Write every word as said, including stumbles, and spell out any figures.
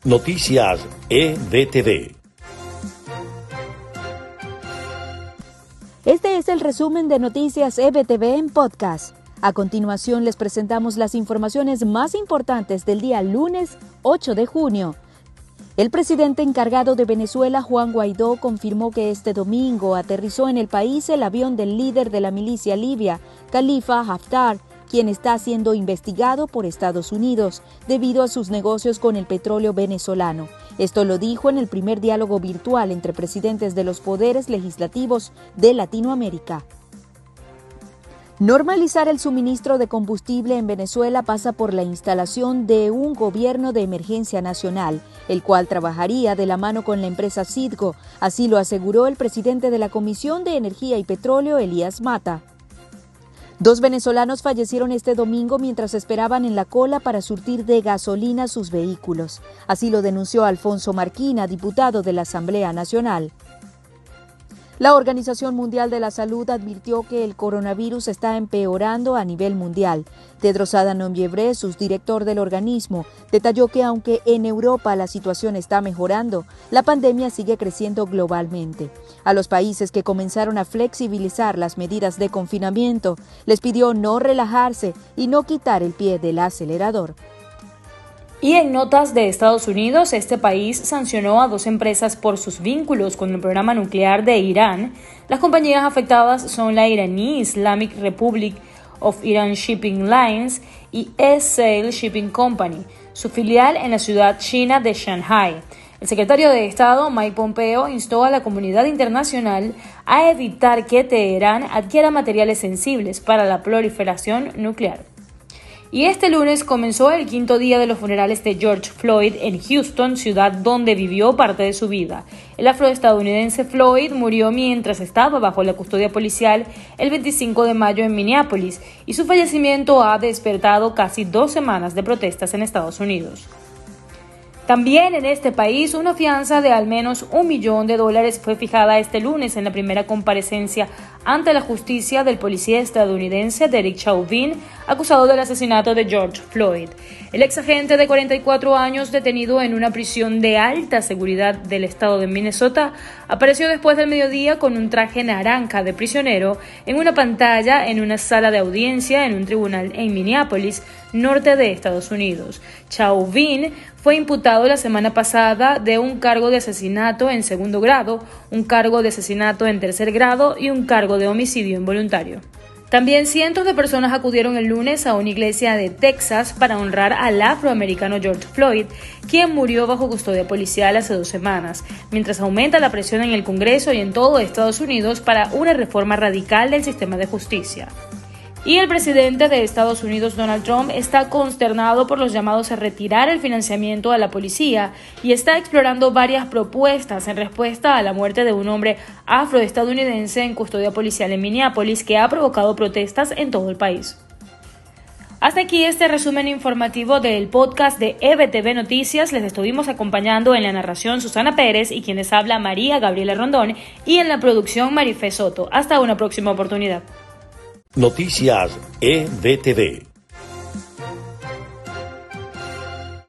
Noticias E B T V. Este es el resumen de Noticias E B T V en podcast. A continuación les presentamos las informaciones más importantes del día lunes ocho de junio. El presidente encargado de Venezuela, Juan Guaidó, confirmó que este domingo aterrizó en el país el avión del líder de la milicia libia, Khalifa Haftar, quien está siendo investigado por Estados Unidos debido a sus negocios con el petróleo venezolano. Esto lo dijo en el primer diálogo virtual entre presidentes de los poderes legislativos de Latinoamérica. Normalizar el suministro de combustible en Venezuela pasa por la instalación de un gobierno de emergencia nacional, el cual trabajaría de la mano con la empresa Citgo, así lo aseguró el presidente de la Comisión de Energía y Petróleo, Elías Mata. Dos venezolanos fallecieron este domingo mientras esperaban en la cola para surtir de gasolina sus vehículos. Así lo denunció Alfonso Marquina, diputado de la Asamblea Nacional. La Organización Mundial de la Salud advirtió que el coronavirus está empeorando a nivel mundial. Tedros Adhanom Ghebreyesus, director del organismo, detalló que aunque en Europa la situación está mejorando, la pandemia sigue creciendo globalmente. A los países que comenzaron a flexibilizar las medidas de confinamiento, les pidió no relajarse y no quitar el pie del acelerador. Y en notas de Estados Unidos, este país sancionó a dos empresas por sus vínculos con el programa nuclear de Irán. Las compañías afectadas son la iraní Islamic Republic of Iran Shipping Lines y S-Sail Shipping Company, su filial en la ciudad china de Shanghai. El secretario de Estado, Mike Pompeo, instó a la comunidad internacional a evitar que Teherán adquiera materiales sensibles para la proliferación nuclear. Y este lunes comenzó el quinto día de los funerales de George Floyd en Houston, ciudad donde vivió parte de su vida. El afroestadounidense Floyd murió mientras estaba bajo la custodia policial el veinticinco de mayo en Minneapolis, y su fallecimiento ha despertado casi dos semanas de protestas en Estados Unidos. También en este país, una fianza de al menos un millón de dólares fue fijada este lunes en la primera comparecencia ante la justicia del policía estadounidense Derek Chauvin, acusado del asesinato de George Floyd. El exagente de cuarenta y cuatro años, detenido en una prisión de alta seguridad del estado de Minnesota, apareció después del mediodía con un traje naranja de prisionero en una pantalla en una sala de audiencia en un tribunal en Minneapolis, norte de Estados Unidos. Chauvin fue imputado la semana pasada de un cargo de asesinato en segundo grado, un cargo de asesinato en tercer grado y un cargo de homicidio involuntario. También cientos de personas acudieron el lunes a una iglesia de Texas para honrar al afroamericano George Floyd, quien murió bajo custodia policial hace dos semanas, mientras aumenta la presión en el Congreso y en todo Estados Unidos para una reforma radical del sistema de justicia. Y el presidente de Estados Unidos, Donald Trump, está consternado por los llamados a retirar el financiamiento a la policía y está explorando varias propuestas en respuesta a la muerte de un hombre afroestadounidense en custodia policial en Minneapolis, que ha provocado protestas en todo el país. Hasta aquí este resumen informativo del podcast de E B T V Noticias. Les estuvimos acompañando en la narración Susana Pérez y quienes habla María Gabriela Rondón, y en la producción Marifé Soto. Hasta una próxima oportunidad. Noticias E B T V.